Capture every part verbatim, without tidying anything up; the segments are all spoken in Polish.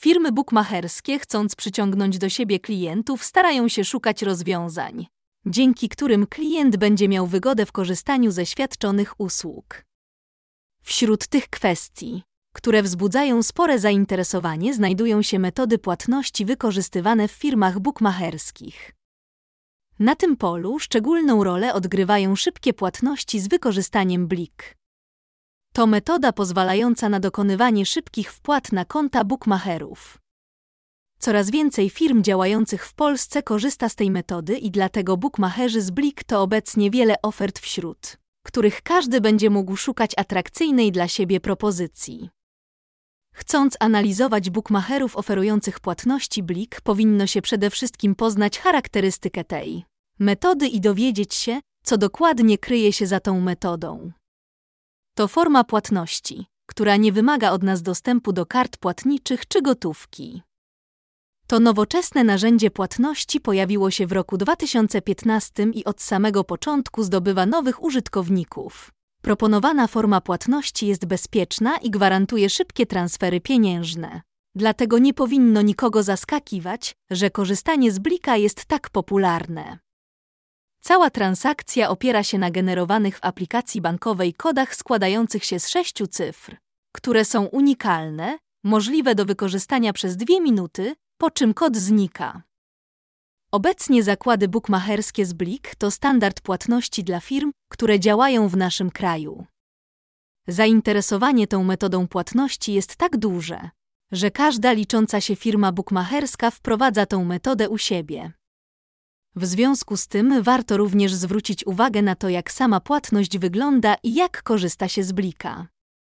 Firmy bukmacherskie, chcąc przyciągnąć do siebie klientów, starają się szukać rozwiązań, dzięki którym klient będzie miał wygodę w korzystaniu ze świadczonych usług. Wśród tych kwestii, które wzbudzają spore zainteresowanie, znajdują się metody płatności wykorzystywane w firmach bukmacherskich. Na tym polu szczególną rolę odgrywają szybkie płatności z wykorzystaniem Blik. To metoda pozwalająca na dokonywanie szybkich wpłat na konta bukmacherów. Coraz więcej firm działających w Polsce korzysta z tej metody i dlatego bukmacherzy z Blik to obecnie wiele ofert, wśród których każdy będzie mógł szukać atrakcyjnej dla siebie propozycji. Chcąc analizować bukmacherów oferujących płatności Blik, powinno się przede wszystkim poznać charakterystykę tej metody i dowiedzieć się, co dokładnie kryje się za tą metodą. To forma płatności, która nie wymaga od nas dostępu do kart płatniczych czy gotówki. To nowoczesne narzędzie płatności pojawiło się w roku dwa tysiące piętnastym i od samego początku zdobywa nowych użytkowników. Proponowana forma płatności jest bezpieczna i gwarantuje szybkie transfery pieniężne. Dlatego nie powinno nikogo zaskakiwać, że korzystanie z Blika jest tak popularne. Cała transakcja opiera się na generowanych w aplikacji bankowej kodach składających się z sześciu cyfr, które są unikalne, możliwe do wykorzystania przez dwie minuty, po czym kod znika. Obecnie zakłady bukmacherskie z Blik to standard płatności dla firm, które działają w naszym kraju. Zainteresowanie tą metodą płatności jest tak duże, że każda licząca się firma bukmacherska wprowadza tą metodę u siebie. W związku z tym warto również zwrócić uwagę na to, jak sama płatność wygląda i jak korzysta się z Blika.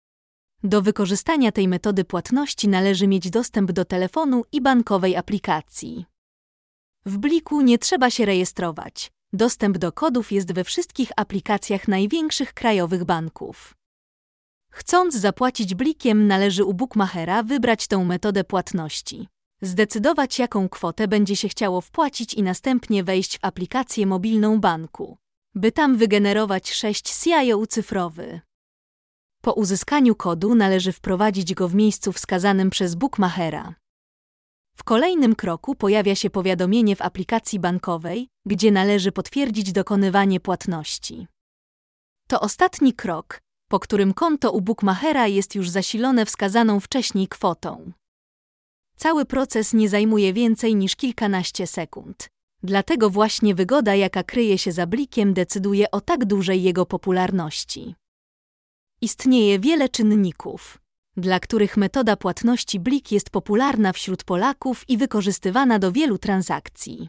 Do wykorzystania tej metody płatności należy mieć dostęp do telefonu i bankowej aplikacji. W Bliku nie trzeba się rejestrować. Dostęp do kodów jest we wszystkich aplikacjach największych krajowych banków. Chcąc zapłacić Blikiem, należy u bukmachera wybrać tą metodę płatności, zdecydować, jaką kwotę będzie się chciało wpłacić i następnie wejść w aplikację mobilną banku, by tam wygenerować sześć C I O cyfrowy. Po uzyskaniu kodu należy wprowadzić go w miejscu wskazanym przez bukmachera. W kolejnym kroku pojawia się powiadomienie w aplikacji bankowej, gdzie należy potwierdzić dokonywanie płatności. To ostatni krok, po którym konto u bukmachera jest już zasilone wskazaną wcześniej kwotą. Cały proces nie zajmuje więcej niż kilkanaście sekund. Dlatego właśnie wygoda, jaka kryje się za Blikiem, decyduje o tak dużej jego popularności. Istnieje wiele czynników, dla których metoda płatności Blik jest popularna wśród Polaków i wykorzystywana do wielu transakcji.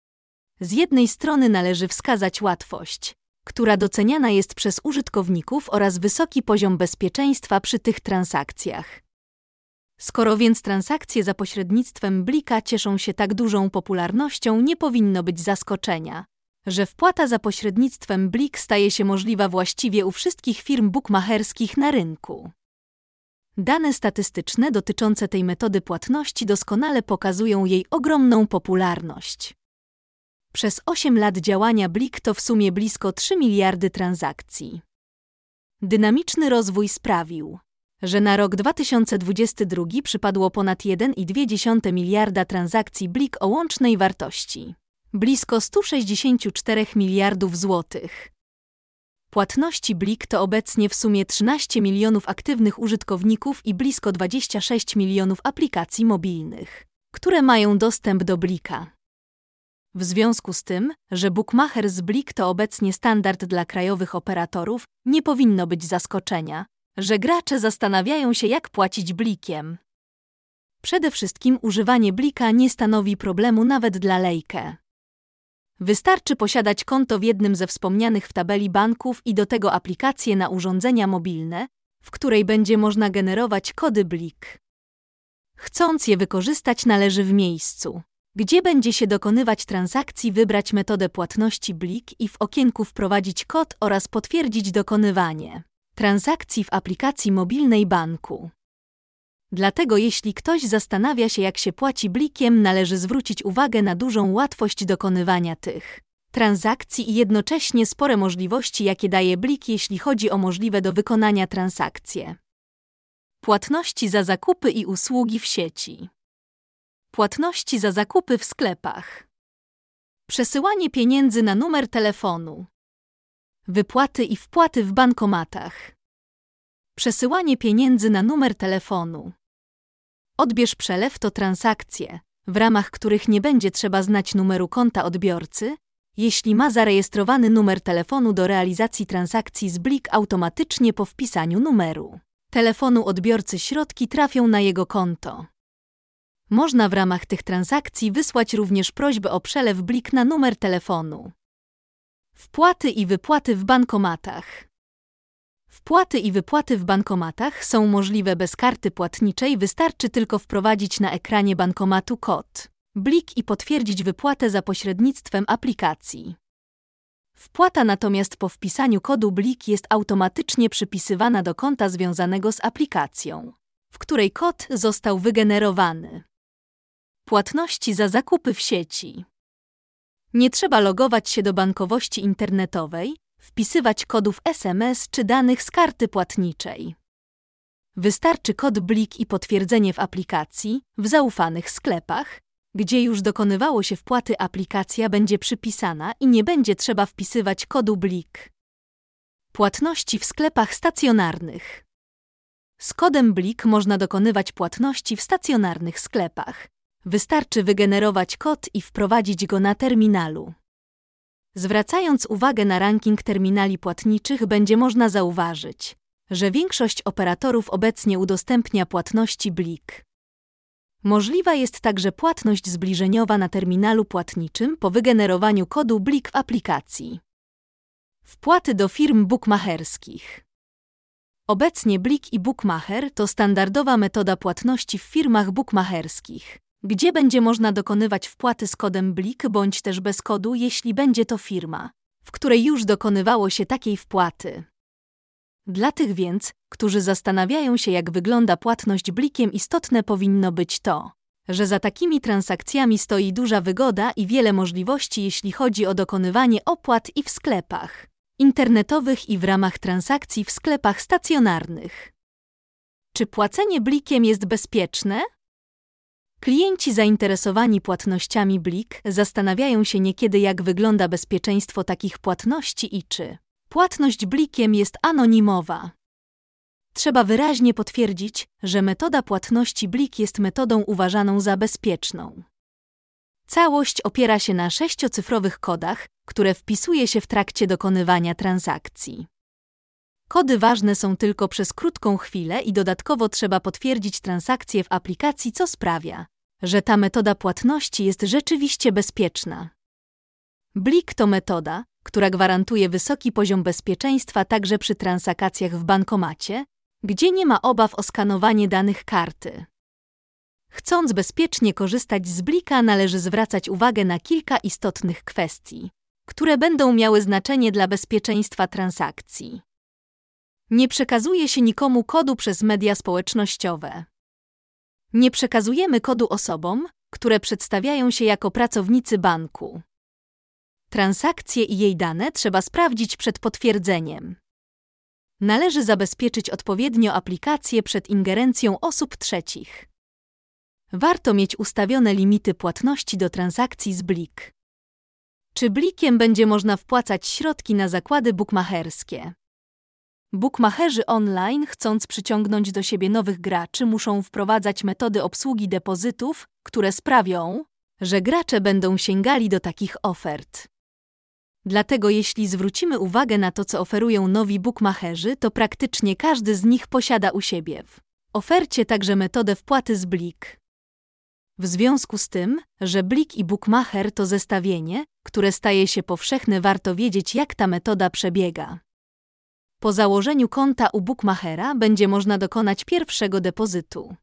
Z jednej strony należy wskazać łatwość, która doceniana jest przez użytkowników, oraz wysoki poziom bezpieczeństwa przy tych transakcjach. Skoro więc transakcje za pośrednictwem Blika cieszą się tak dużą popularnością, nie powinno być zaskoczenia, że wpłata za pośrednictwem Blik staje się możliwa właściwie u wszystkich firm bukmacherskich na rynku. Dane statystyczne dotyczące tej metody płatności doskonale pokazują jej ogromną popularność. Przez osiem lat działania Blik to w sumie blisko trzy miliardy transakcji. Dynamiczny rozwój sprawił, że na rok dwa tysiące dwudziesty drugi przypadło ponad jeden i dwie dziesiąte miliarda transakcji Blik o łącznej wartości blisko sto sześćdziesiąt cztery miliardów złotych. Płatności Blik to obecnie w sumie trzynaście milionów aktywnych użytkowników i blisko dwadzieścia sześć milionów aplikacji mobilnych, które mają dostęp do Blika. W związku z tym, że bukmacher z Blik to obecnie standard dla krajowych operatorów, nie powinno być zaskoczenia, że gracze zastanawiają się, jak płacić Blikiem. Przede wszystkim używanie Blika nie stanowi problemu nawet dla lejka. Wystarczy posiadać konto w jednym ze wspomnianych w tabeli banków i do tego aplikację na urządzenia mobilne, w której będzie można generować kody Blik. Chcąc je wykorzystać, należy w miejscu, gdzie będzie się dokonywać transakcji, wybrać metodę płatności Blik i w okienku wprowadzić kod oraz potwierdzić dokonywanie transakcji w aplikacji mobilnej banku. Dlatego jeśli ktoś zastanawia się, jak się płaci Blikiem, należy zwrócić uwagę na dużą łatwość dokonywania tych transakcji i jednocześnie spore możliwości, jakie daje Blik, jeśli chodzi o możliwe do wykonania transakcje. Płatności za zakupy i usługi w sieci. Płatności za zakupy w sklepach. Przesyłanie pieniędzy na numer telefonu. Wypłaty i wpłaty w bankomatach. Przesyłanie pieniędzy na numer telefonu. Odbierz przelew to transakcje, w ramach których nie będzie trzeba znać numeru konta odbiorcy, jeśli ma zarejestrowany numer telefonu do realizacji transakcji z Blik automatycznie po wpisaniu numeru telefonu odbiorcy środki trafią na jego konto. Można w ramach tych transakcji wysłać również prośbę o przelew Blik na numer telefonu. Wpłaty i wypłaty w bankomatach. Wpłaty i wypłaty w bankomatach są możliwe bez karty płatniczej, wystarczy tylko wprowadzić na ekranie bankomatu kod Blik i potwierdzić wypłatę za pośrednictwem aplikacji. Wpłata natomiast po wpisaniu kodu Blik jest automatycznie przypisywana do konta związanego z aplikacją, w której kod został wygenerowany. Płatności za zakupy w sieci. Nie trzeba logować się do bankowości internetowej, wpisywać kodów es em es czy danych z karty płatniczej. Wystarczy kod Blik i potwierdzenie w aplikacji, w zaufanych sklepach, gdzie już dokonywało się wpłaty, aplikacja będzie przypisana i nie będzie trzeba wpisywać kodu Blik. Płatności w sklepach stacjonarnych. Z kodem Blik można dokonywać płatności w stacjonarnych sklepach. Wystarczy wygenerować kod i wprowadzić go na terminalu. Zwracając uwagę na ranking terminali płatniczych, będzie można zauważyć, że większość operatorów obecnie udostępnia płatności Blik. Możliwa jest także płatność zbliżeniowa na terminalu płatniczym po wygenerowaniu kodu Blik w aplikacji. Wpłaty do firm bukmacherskich. Obecnie Blik i Bookmacher to standardowa metoda płatności w firmach bukmacherskich, gdzie będzie można dokonywać wpłaty z kodem Blik bądź też bez kodu, jeśli będzie to firma, w której już dokonywało się takiej wpłaty. Dla tych więc, którzy zastanawiają się, jak wygląda płatność Blikiem, istotne powinno być to, że za takimi transakcjami stoi duża wygoda i wiele możliwości, jeśli chodzi o dokonywanie opłat i w sklepach internetowych i w ramach transakcji w sklepach stacjonarnych. Czy płacenie Blikiem jest bezpieczne? Klienci zainteresowani płatnościami Blik zastanawiają się niekiedy, jak wygląda bezpieczeństwo takich płatności i czy płatność Blikiem jest anonimowa. Trzeba wyraźnie potwierdzić, że metoda płatności Blik jest metodą uważaną za bezpieczną. Całość opiera się na sześciocyfrowych kodach, które wpisuje się w trakcie dokonywania transakcji. Kody ważne są tylko przez krótką chwilę i dodatkowo trzeba potwierdzić transakcję w aplikacji, co sprawia, że ta metoda płatności jest rzeczywiście bezpieczna. Blik to metoda, która gwarantuje wysoki poziom bezpieczeństwa także przy transakcjach w bankomacie, gdzie nie ma obaw o skanowanie danych karty. Chcąc bezpiecznie korzystać z Blika, należy zwracać uwagę na kilka istotnych kwestii, które będą miały znaczenie dla bezpieczeństwa transakcji. Nie przekazuje się nikomu kodu przez media społecznościowe. Nie przekazujemy kodu osobom, które przedstawiają się jako pracownicy banku. Transakcje i jej dane trzeba sprawdzić przed potwierdzeniem. Należy zabezpieczyć odpowiednio aplikacje przed ingerencją osób trzecich. Warto mieć ustawione limity płatności do transakcji z Blik. Czy Blikiem będzie można wpłacać środki na zakłady bukmacherskie? Bukmacherzy online, chcąc przyciągnąć do siebie nowych graczy, muszą wprowadzać metody obsługi depozytów, które sprawią, że gracze będą sięgali do takich ofert. Dlatego jeśli zwrócimy uwagę na to, co oferują nowi bukmacherzy, to praktycznie każdy z nich posiada u siebie w ofercie także metodę wpłaty z Blik. W związku z tym, że Blik i Bookmacher to zestawienie, które staje się powszechne, warto wiedzieć, jak ta metoda przebiega. Po założeniu konta u Bookmachera będzie można dokonać pierwszego depozytu.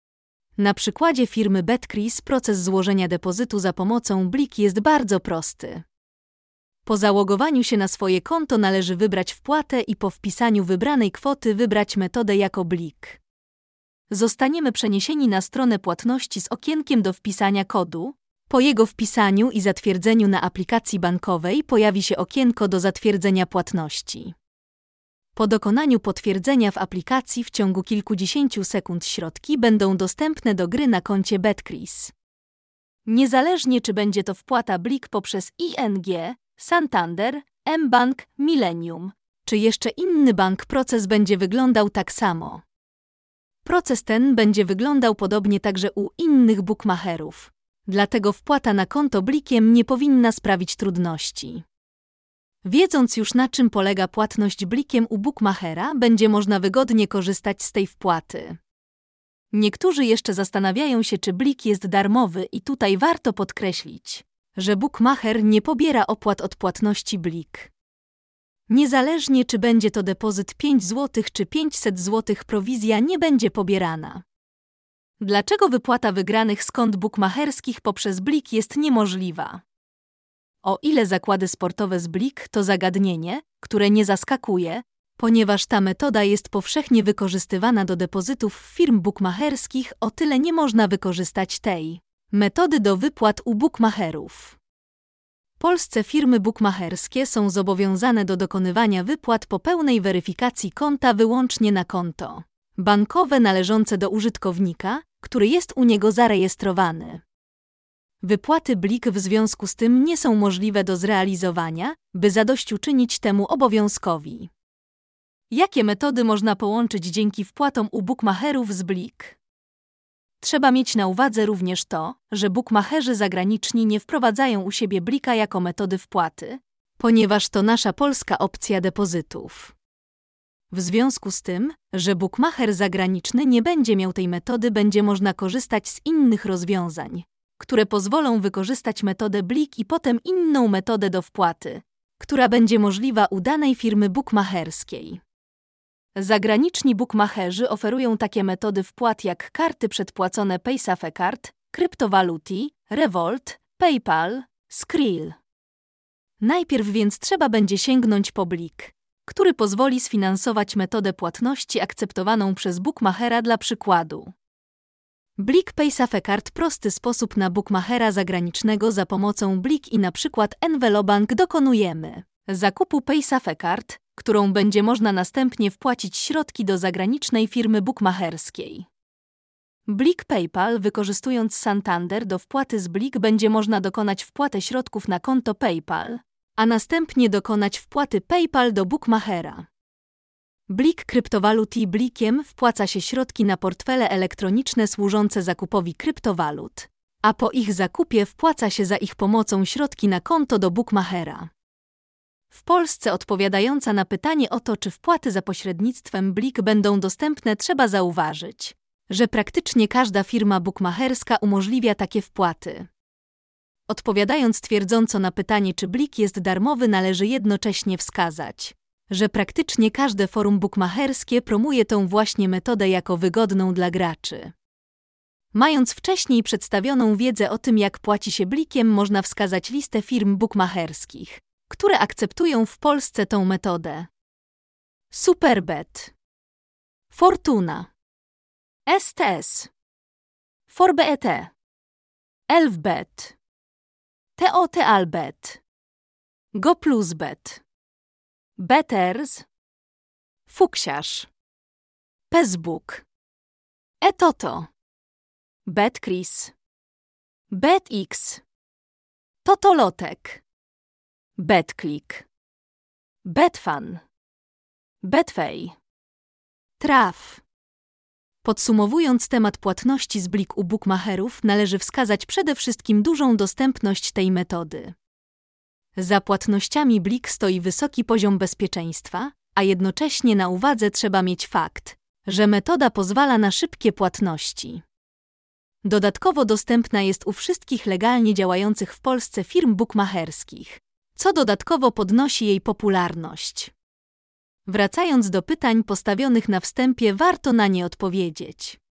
Na przykładzie firmy Betcris proces złożenia depozytu za pomocą Blik jest bardzo prosty. Po zalogowaniu się na swoje konto należy wybrać wpłatę i po wpisaniu wybranej kwoty wybrać metodę jako Blik. Zostaniemy przeniesieni na stronę płatności z okienkiem do wpisania kodu. Po jego wpisaniu i zatwierdzeniu na aplikacji bankowej pojawi się okienko do zatwierdzenia płatności. Po dokonaniu potwierdzenia w aplikacji w ciągu kilkudziesięciu sekund środki będą dostępne do gry na koncie Betcris. Niezależnie czy będzie to wpłata Blik poprzez I N G, Santander, mBank, Millennium, czy jeszcze inny bank, proces będzie wyglądał tak samo. Proces ten będzie wyglądał podobnie także u innych bukmacherów. Dlatego wpłata na konto Blikiem nie powinna sprawić trudności. Wiedząc już, na czym polega płatność Blikiem u bukmachera, będzie można wygodnie korzystać z tej wpłaty. Niektórzy jeszcze zastanawiają się, czy Blik jest darmowy, i tutaj warto podkreślić, że bukmacher nie pobiera opłat od płatności Blik. Niezależnie czy będzie to depozyt pięć złotych czy pięćset złotych, prowizja nie będzie pobierana. Dlaczego wypłata wygranych z kont bukmacherskich poprzez Blik jest niemożliwa? O ile zakłady sportowe z Blik to zagadnienie, które nie zaskakuje, ponieważ ta metoda jest powszechnie wykorzystywana do depozytów firm bukmacherskich, o tyle nie można wykorzystać tej metody do wypłat u bukmacherów. Polsce firmy bukmacherskie są zobowiązane do dokonywania wypłat po pełnej weryfikacji konta wyłącznie na konto bankowe należące do użytkownika, który jest u niego zarejestrowany. Wypłaty Blik w związku z tym nie są możliwe do zrealizowania, by zadośćuczynić temu obowiązkowi. Jakie metody można połączyć dzięki wpłatom u bukmacherów z Blik? Trzeba mieć na uwadze również to, że bukmacherzy zagraniczni nie wprowadzają u siebie Blika jako metody wpłaty, ponieważ to nasza polska opcja depozytów. W związku z tym, że bukmacher zagraniczny nie będzie miał tej metody, będzie można korzystać z innych rozwiązań, które pozwolą wykorzystać metodę Blik i potem inną metodę do wpłaty, która będzie możliwa u danej firmy bukmacherskiej. Zagraniczni bukmacherzy oferują takie metody wpłat jak karty przedpłacone PaySafeCard, kryptowaluty, Revolt, PayPal, Skrill. Najpierw więc trzeba będzie sięgnąć po Blik, który pozwoli sfinansować metodę płatności akceptowaną przez bukmachera. Dla przykładu. Blik PaySafeCard, prosty sposób na bukmachera zagranicznego. Za pomocą Blik i na przykład Envelobank dokonujemy zakupu PaySafeCard, którą będzie można następnie wpłacić środki do zagranicznej firmy bukmacherskiej. Blik PayPal, wykorzystując Santander do wpłaty z Blik, będzie można dokonać wpłaty środków na konto PayPal, a następnie dokonać wpłaty PayPal do bukmachera. Blik kryptowaluty. Blikiem wpłaca się środki na portfele elektroniczne służące zakupowi kryptowalut, a po ich zakupie wpłaca się za ich pomocą środki na konto do bukmachera. W Polsce, odpowiadająca na pytanie o to, czy wpłaty za pośrednictwem Blik będą dostępne, trzeba zauważyć, że praktycznie każda firma bukmacherska umożliwia takie wpłaty. Odpowiadając twierdząco na pytanie, czy Blik jest darmowy, należy jednocześnie wskazać, że praktycznie każde forum bukmacherskie promuje tą właśnie metodę jako wygodną dla graczy. Mając wcześniej przedstawioną wiedzę o tym, jak płaci się Blikiem, można wskazać listę firm bukmacherskich, które akceptują w Polsce tą metodę. Superbet, Fortuna, S T S, ForBet, Elfbet, TOTalbet, GoPlusBet, Betters, Fuksiarz, Pezbook, eToto, Betcris, BetX, Totolotek, BetClick, Betfan, Betway, Traf. Podsumowując temat płatności z Blik u bukmacherów, należy wskazać przede wszystkim dużą dostępność tej metody. Za płatnościami Blik stoi wysoki poziom bezpieczeństwa, a jednocześnie na uwadze trzeba mieć fakt, że metoda pozwala na szybkie płatności. Dodatkowo dostępna jest u wszystkich legalnie działających w Polsce firm bukmacherskich, co dodatkowo podnosi jej popularność. Wracając do pytań postawionych na wstępie, warto na nie odpowiedzieć.